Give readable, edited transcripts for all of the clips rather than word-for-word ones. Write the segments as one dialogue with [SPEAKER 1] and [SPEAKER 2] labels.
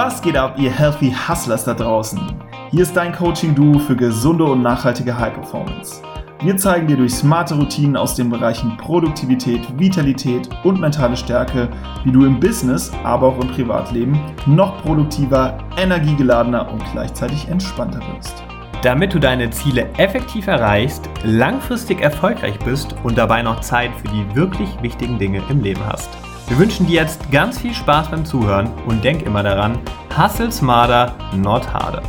[SPEAKER 1] Was geht ab, ihr Healthy Hustlers da draußen? Hier ist dein Coaching-Duo für gesunde und nachhaltige High-Performance. Wir zeigen dir durch smarte Routinen aus den Bereichen Produktivität, Vitalität und mentale Stärke, wie du im Business, aber auch im Privatleben noch produktiver, energiegeladener und gleichzeitig entspannter wirst.
[SPEAKER 2] Damit du deine Ziele effektiv erreichst, langfristig erfolgreich bist und dabei noch Zeit für die wirklich wichtigen Dinge im Leben hast. Wir wünschen dir jetzt ganz viel Spaß beim Zuhören und denk immer daran, hustle smarter, not harder.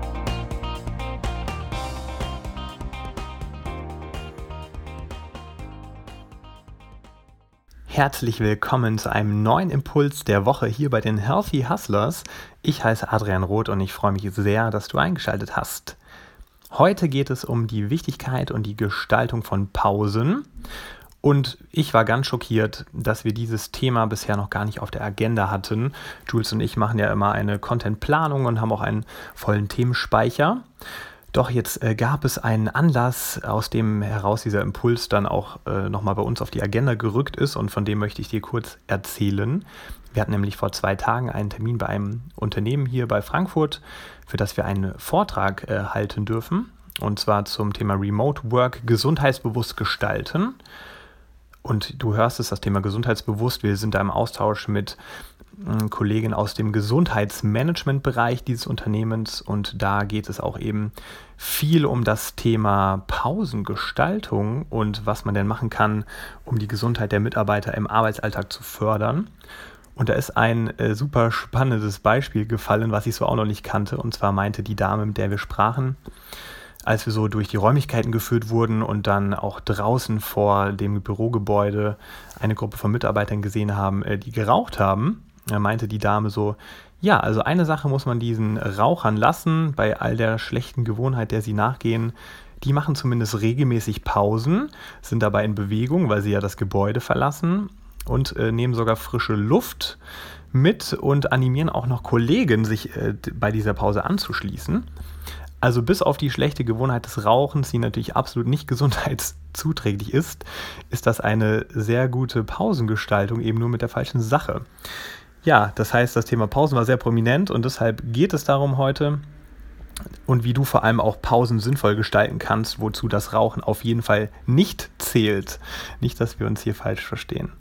[SPEAKER 2] Herzlich willkommen zu einem neuen Impuls der Woche hier bei den Healthy Hustlers. Ich heiße Adrian Roth und ich freue mich sehr, dass du eingeschaltet hast. Heute geht es um die Wichtigkeit und die Gestaltung von Pausen. Und ich war ganz schockiert, dass wir dieses Thema bisher noch gar nicht auf der Agenda hatten. Jules und ich machen ja immer eine Contentplanung und haben auch einen vollen Themenspeicher. Doch jetzt gab es einen Anlass, aus dem heraus dieser Impuls dann auch nochmal bei uns auf die Agenda gerückt ist, und von dem möchte ich dir kurz erzählen. Wir hatten nämlich vor 2 Tagen einen Termin bei einem Unternehmen hier bei Frankfurt, für das wir einen Vortrag halten dürfen, und zwar zum Thema Remote Work gesundheitsbewusst gestalten. Und du hörst es, das Thema gesundheitsbewusst. Wir sind da im Austausch mit Kollegen aus dem Gesundheitsmanagement-Bereich dieses Unternehmens, und da geht es auch eben viel um das Thema Pausengestaltung und was man denn machen kann, um die Gesundheit der Mitarbeiter im Arbeitsalltag zu fördern. Und da ist ein super spannendes Beispiel gefallen, was ich so auch noch nicht kannte. Und zwar meinte die Dame, mit der wir sprachen, als wir so durch die Räumlichkeiten geführt wurden und dann auch draußen vor dem Bürogebäude eine Gruppe von Mitarbeitern gesehen haben, die geraucht haben, da meinte die Dame so: Ja, also eine Sache muss man diesen Rauchern lassen, bei all der schlechten Gewohnheit, der sie nachgehen. Die machen zumindest regelmäßig Pausen, sind dabei in Bewegung, weil sie ja das Gebäude verlassen, und nehmen sogar frische Luft mit und animieren auch noch Kollegen, sich bei dieser Pause anzuschließen. Also bis auf die schlechte Gewohnheit des Rauchens, die natürlich absolut nicht gesundheitszuträglich ist das eine sehr gute Pausengestaltung, eben nur mit der falschen Sache. Ja, das heißt, das Thema Pausen war sehr prominent, und deshalb geht es darum heute, und wie du vor allem auch Pausen sinnvoll gestalten kannst, wozu das Rauchen auf jeden Fall nicht zählt. Nicht, dass wir uns hier falsch verstehen.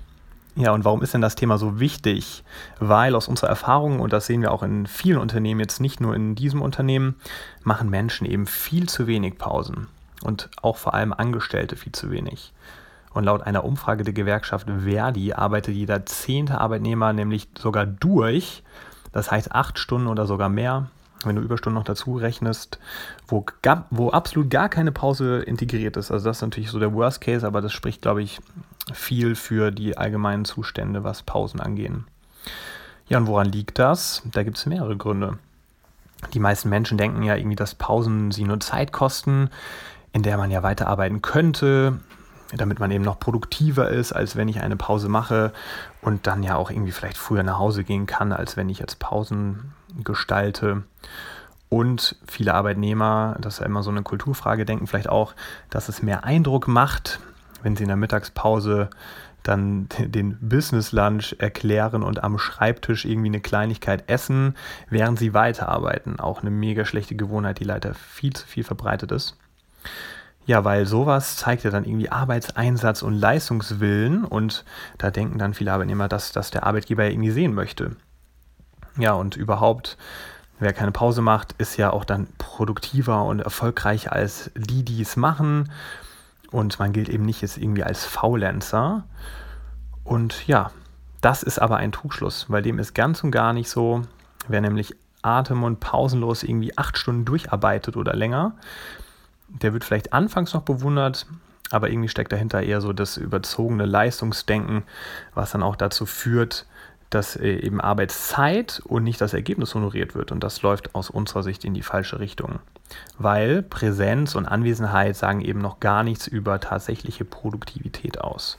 [SPEAKER 2] Ja, und warum ist denn das Thema so wichtig? Weil aus unserer Erfahrung, und das sehen wir auch in vielen Unternehmen, jetzt nicht nur in diesem Unternehmen, machen Menschen eben viel zu wenig Pausen. Und auch vor allem Angestellte viel zu wenig. Und laut einer Umfrage der Gewerkschaft Verdi arbeitet jeder 10. Arbeitnehmer nämlich sogar durch. Das heißt 8 Stunden oder sogar mehr, wenn du Überstunden noch dazu rechnest, wo absolut gar keine Pause integriert ist. Also das ist natürlich so der Worst Case, aber das spricht, glaube ich, viel für die allgemeinen Zustände, was Pausen angehen. Ja, und woran liegt das? Da gibt es mehrere Gründe. Die meisten Menschen denken ja irgendwie, dass Pausen sie nur Zeit kosten, in der man ja weiterarbeiten könnte, damit man eben noch produktiver ist, als wenn ich eine Pause mache und dann ja auch irgendwie vielleicht früher nach Hause gehen kann, als wenn ich jetzt Pausen gestalte. Und viele Arbeitnehmer, das ist ja immer so eine Kulturfrage, denken vielleicht auch, dass es mehr Eindruck macht, wenn sie in der Mittagspause dann den Business Lunch erklären und am Schreibtisch irgendwie eine Kleinigkeit essen, während sie weiterarbeiten. Auch eine mega schlechte Gewohnheit, die leider viel zu viel verbreitet ist. Ja, weil sowas zeigt ja dann irgendwie Arbeitseinsatz und Leistungswillen, und da denken dann viele Arbeitnehmer, dass das der Arbeitgeber ja irgendwie sehen möchte. Ja, und überhaupt, wer keine Pause macht, ist ja auch dann produktiver und erfolgreicher als die es machen. Und man gilt eben nicht jetzt irgendwie als Faulenzer. Und ja, das ist aber ein Trugschluss, weil dem ist ganz und gar nicht so. Wer nämlich atem- und pausenlos irgendwie 8 Stunden durcharbeitet oder länger, der wird vielleicht anfangs noch bewundert, aber irgendwie steckt dahinter eher so das überzogene Leistungsdenken, was dann auch dazu führt, dass eben Arbeitszeit und nicht das Ergebnis honoriert wird. Und das läuft aus unserer Sicht in die falsche Richtung. Weil Präsenz und Anwesenheit sagen eben noch gar nichts über tatsächliche Produktivität aus.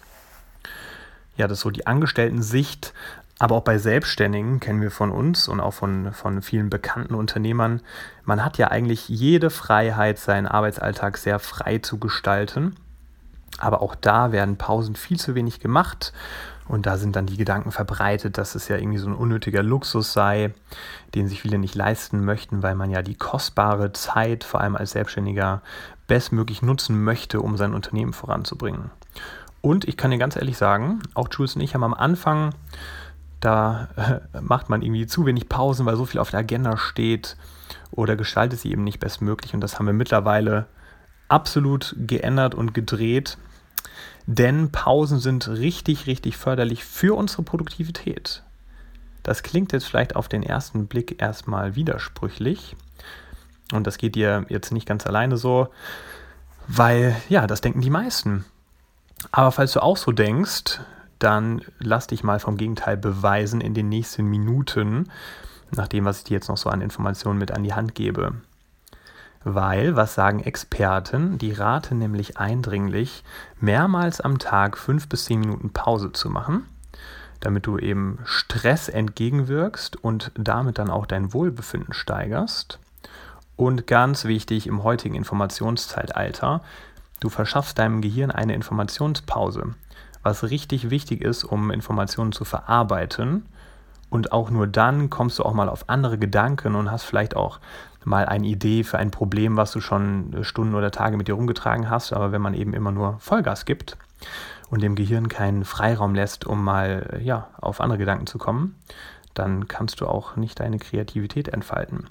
[SPEAKER 2] Ja, das ist so die Angestellten-Sicht, aber auch bei Selbstständigen kennen wir von uns und auch von vielen bekannten Unternehmern, man hat ja eigentlich jede Freiheit, seinen Arbeitsalltag sehr frei zu gestalten. Aber auch da werden Pausen viel zu wenig gemacht. Und da sind dann die Gedanken verbreitet, dass es ja irgendwie so ein unnötiger Luxus sei, den sich viele nicht leisten möchten, weil man ja die kostbare Zeit, vor allem als Selbstständiger, bestmöglich nutzen möchte, um sein Unternehmen voranzubringen. Und ich kann dir ganz ehrlich sagen, auch Jules und ich haben am Anfang, da macht man irgendwie zu wenig Pausen, weil so viel auf der Agenda steht oder gestaltet sie eben nicht bestmöglich. Und das haben wir mittlerweile absolut geändert und gedreht. Denn Pausen sind richtig, richtig förderlich für unsere Produktivität. Das klingt jetzt vielleicht auf den ersten Blick erstmal widersprüchlich. Und das geht dir jetzt nicht ganz alleine so, weil, ja, das denken die meisten. Aber falls du auch so denkst, dann lass dich mal vom Gegenteil beweisen in den nächsten Minuten, nach dem, was ich dir jetzt noch so an Informationen mit an die Hand gebe. Weil, was sagen Experten? Die raten nämlich eindringlich, mehrmals am Tag 5 bis 10 Minuten Pause zu machen, damit du eben Stress entgegenwirkst und damit dann auch dein Wohlbefinden steigerst. Und ganz wichtig im heutigen Informationszeitalter, du verschaffst deinem Gehirn eine Informationspause, was richtig wichtig ist, um Informationen zu verarbeiten. Und auch nur dann kommst du auch mal auf andere Gedanken und hast vielleicht auch mal eine Idee für ein Problem, was du schon Stunden oder Tage mit dir rumgetragen hast. Aber wenn man eben immer nur Vollgas gibt und dem Gehirn keinen Freiraum lässt, um mal auf andere Gedanken zu kommen, dann kannst du auch nicht deine Kreativität entfalten.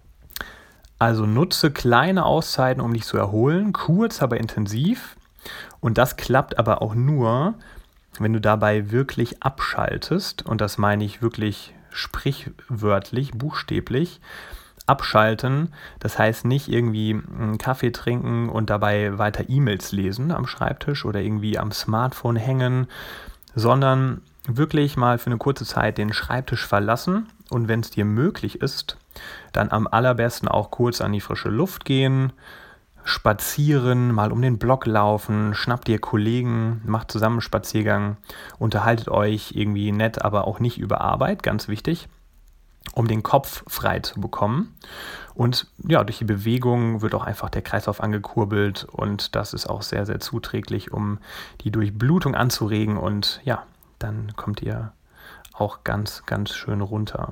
[SPEAKER 2] Also nutze kleine Auszeiten, um dich zu erholen, kurz, aber intensiv. Und das klappt aber auch nur, wenn du dabei wirklich abschaltest. Und das meine ich wirklich sprichwörtlich, buchstäblich. Abschalten, das heißt nicht irgendwie einen Kaffee trinken und dabei weiter E-Mails lesen am Schreibtisch oder irgendwie am Smartphone hängen, sondern wirklich mal für eine kurze Zeit den Schreibtisch verlassen und wenn es dir möglich ist, dann am allerbesten auch kurz an die frische Luft gehen, spazieren, mal um den Block laufen, schnappt dir Kollegen, macht zusammen einen Spaziergang, unterhaltet euch irgendwie nett, aber auch nicht über Arbeit, ganz wichtig, um den Kopf frei zu bekommen. Und ja, durch die Bewegung wird auch einfach der Kreislauf angekurbelt und das ist auch sehr, sehr zuträglich, um die Durchblutung anzuregen und ja, dann kommt ihr auch ganz, ganz schön runter.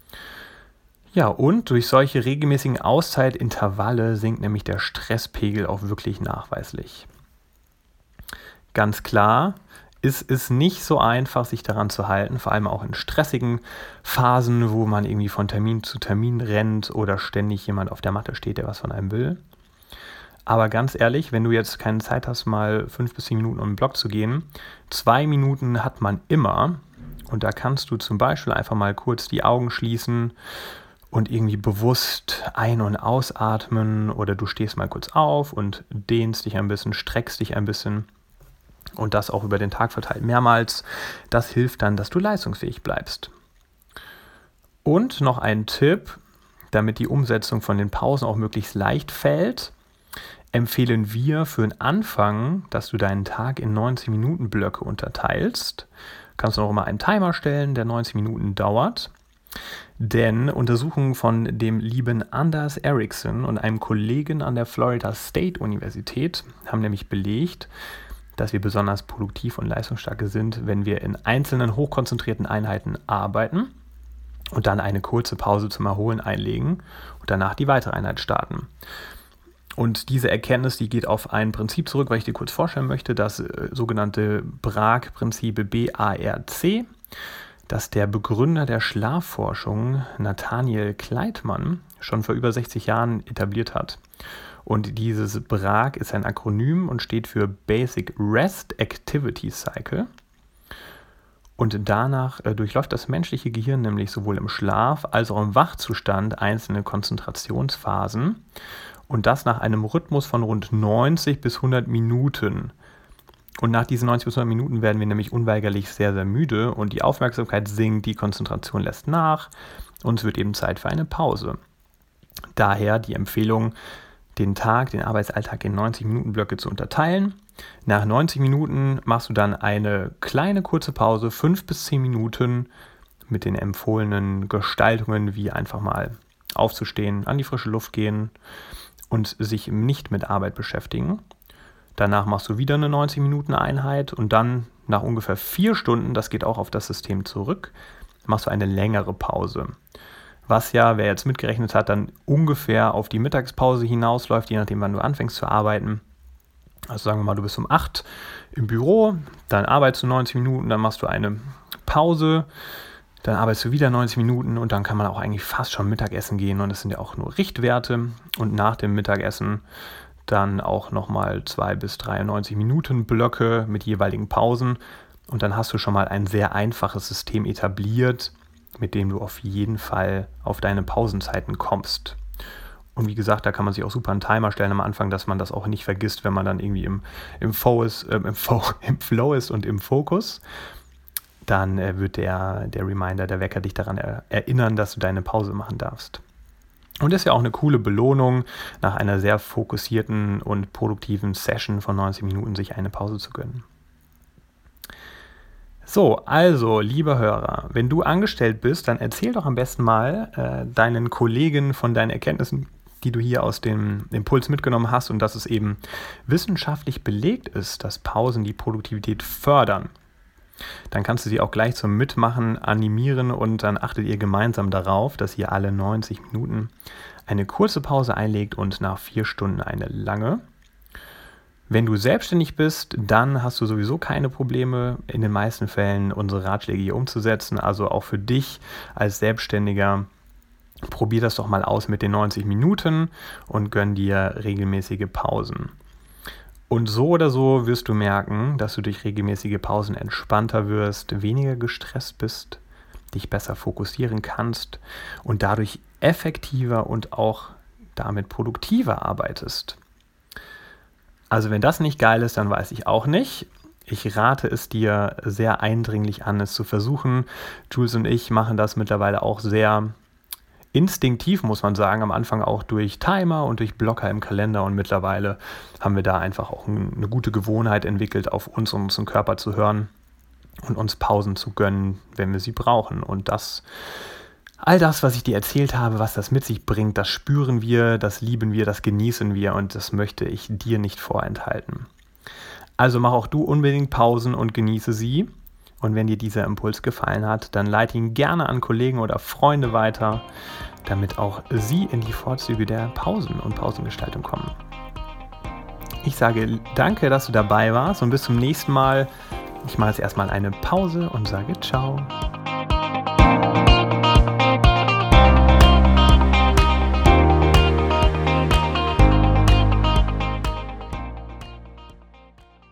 [SPEAKER 2] Ja, und durch solche regelmäßigen Auszeitintervalle sinkt nämlich der Stresspegel auch wirklich nachweislich. Ganz klar, es ist nicht so einfach, sich daran zu halten, vor allem auch in stressigen Phasen, wo man irgendwie von Termin zu Termin rennt oder ständig jemand auf der Matte steht, der was von einem will. Aber ganz ehrlich, wenn du jetzt keine Zeit hast, mal 5 bis 10 Minuten um den Block zu gehen, 2 Minuten hat man immer und da kannst du zum Beispiel einfach mal kurz die Augen schließen und irgendwie bewusst ein- und ausatmen oder du stehst mal kurz auf und dehnst dich ein bisschen, streckst dich ein bisschen. Und das auch über den Tag verteilt mehrmals. Das hilft dann, dass du leistungsfähig bleibst. Und noch ein Tipp, damit die Umsetzung von den Pausen auch möglichst leicht fällt, empfehlen wir für den Anfang, dass du deinen Tag in 90-Minuten-Blöcke unterteilst. Kannst du auch immer einen Timer stellen, der 90 Minuten dauert. Denn Untersuchungen von dem lieben Anders Ericsson und einem Kollegen an der Florida State Universität haben nämlich belegt, dass wir besonders produktiv und leistungsstark sind, wenn wir in einzelnen hochkonzentrierten Einheiten arbeiten und dann eine kurze Pause zum Erholen einlegen und danach die weitere Einheit starten. Und diese Erkenntnis, die geht auf ein Prinzip zurück, was ich dir kurz vorstellen möchte, das sogenannte BRAC-Prinzip, B-A-R-C, das der Begründer der Schlafforschung, Nathaniel Kleitman, schon vor über 60 Jahren etabliert hat. Und dieses BRAC ist ein Akronym und steht für Basic Rest Activity Cycle. Und danach durchläuft das menschliche Gehirn nämlich sowohl im Schlaf als auch im Wachzustand einzelne Konzentrationsphasen. Und das nach einem Rhythmus von rund 90 bis 100 Minuten. Und nach diesen 90 bis 100 Minuten werden wir nämlich unweigerlich sehr, sehr müde und die Aufmerksamkeit sinkt, die Konzentration lässt nach und es wird eben Zeit für eine Pause. Daher die Empfehlung, den Arbeitsalltag in 90-Minuten-Blöcke zu unterteilen. Nach 90 Minuten machst du dann eine kleine kurze Pause, 5 bis 10 Minuten mit den empfohlenen Gestaltungen, wie einfach mal aufzustehen, an die frische Luft gehen und sich nicht mit Arbeit beschäftigen. Danach machst du wieder eine 90-Minuten-Einheit und dann nach ungefähr 4 Stunden, das geht auch auf das System zurück, machst du eine längere Pause. Was ja, wer jetzt mitgerechnet hat, dann ungefähr auf die Mittagspause hinausläuft, je nachdem, wann du anfängst zu arbeiten. Also sagen wir mal, du bist um 8 im Büro, dann arbeitest du 90 Minuten, dann machst du eine Pause, dann arbeitest du wieder 90 Minuten und dann kann man auch eigentlich fast schon Mittagessen gehen und es sind ja auch nur Richtwerte und nach dem Mittagessen dann auch nochmal 2 bis 93 Minuten Blöcke mit jeweiligen Pausen und dann hast du schon mal ein sehr einfaches System etabliert, mit dem du auf jeden Fall auf deine Pausenzeiten kommst. Und wie gesagt, da kann man sich auch super einen Timer stellen am Anfang, dass man das auch nicht vergisst, wenn man dann irgendwie im Flow ist und im Fokus. Dann wird der Reminder, der Wecker dich daran erinnern, dass du deine Pause machen darfst. Und das ist ja auch eine coole Belohnung, nach einer sehr fokussierten und produktiven Session von 90 Minuten sich eine Pause zu gönnen. So, also, lieber Hörer, wenn du angestellt bist, dann erzähl doch am besten mal deinen Kollegen von deinen Erkenntnissen, die du hier aus dem Impuls mitgenommen hast und dass es eben wissenschaftlich belegt ist, dass Pausen die Produktivität fördern. Dann kannst du sie auch gleich zum Mitmachen animieren und dann achtet ihr gemeinsam darauf, dass ihr alle 90 Minuten eine kurze Pause einlegt und nach 4 Stunden eine lange. Wenn du selbstständig bist, dann hast du sowieso keine Probleme, in den meisten Fällen unsere Ratschläge hier umzusetzen. Also auch für dich als Selbstständiger, probier das doch mal aus mit den 90 Minuten und gönn dir regelmäßige Pausen. Und so oder so wirst du merken, dass du durch regelmäßige Pausen entspannter wirst, weniger gestresst bist, dich besser fokussieren kannst und dadurch effektiver und auch damit produktiver arbeitest. Also wenn das nicht geil ist, dann weiß ich auch nicht. Ich rate es dir sehr eindringlich an, es zu versuchen. Jules und ich machen das mittlerweile auch sehr instinktiv, muss man sagen, am Anfang auch durch Timer und durch Blocker im Kalender und mittlerweile haben wir da einfach auch eine gute Gewohnheit entwickelt, auf uns und unseren Körper zu hören und uns Pausen zu gönnen, wenn wir sie brauchen. Und all das, was ich dir erzählt habe, was das mit sich bringt, das spüren wir, das lieben wir, das genießen wir und das möchte ich dir nicht vorenthalten. Also mach auch du unbedingt Pausen und genieße sie. Und wenn dir dieser Impuls gefallen hat, dann leite ihn gerne an Kollegen oder Freunde weiter, damit auch sie in die Vorzüge der Pausen und Pausengestaltung kommen. Ich sage danke, dass du dabei warst und bis zum nächsten Mal. Ich mache jetzt erstmal eine Pause und sage ciao.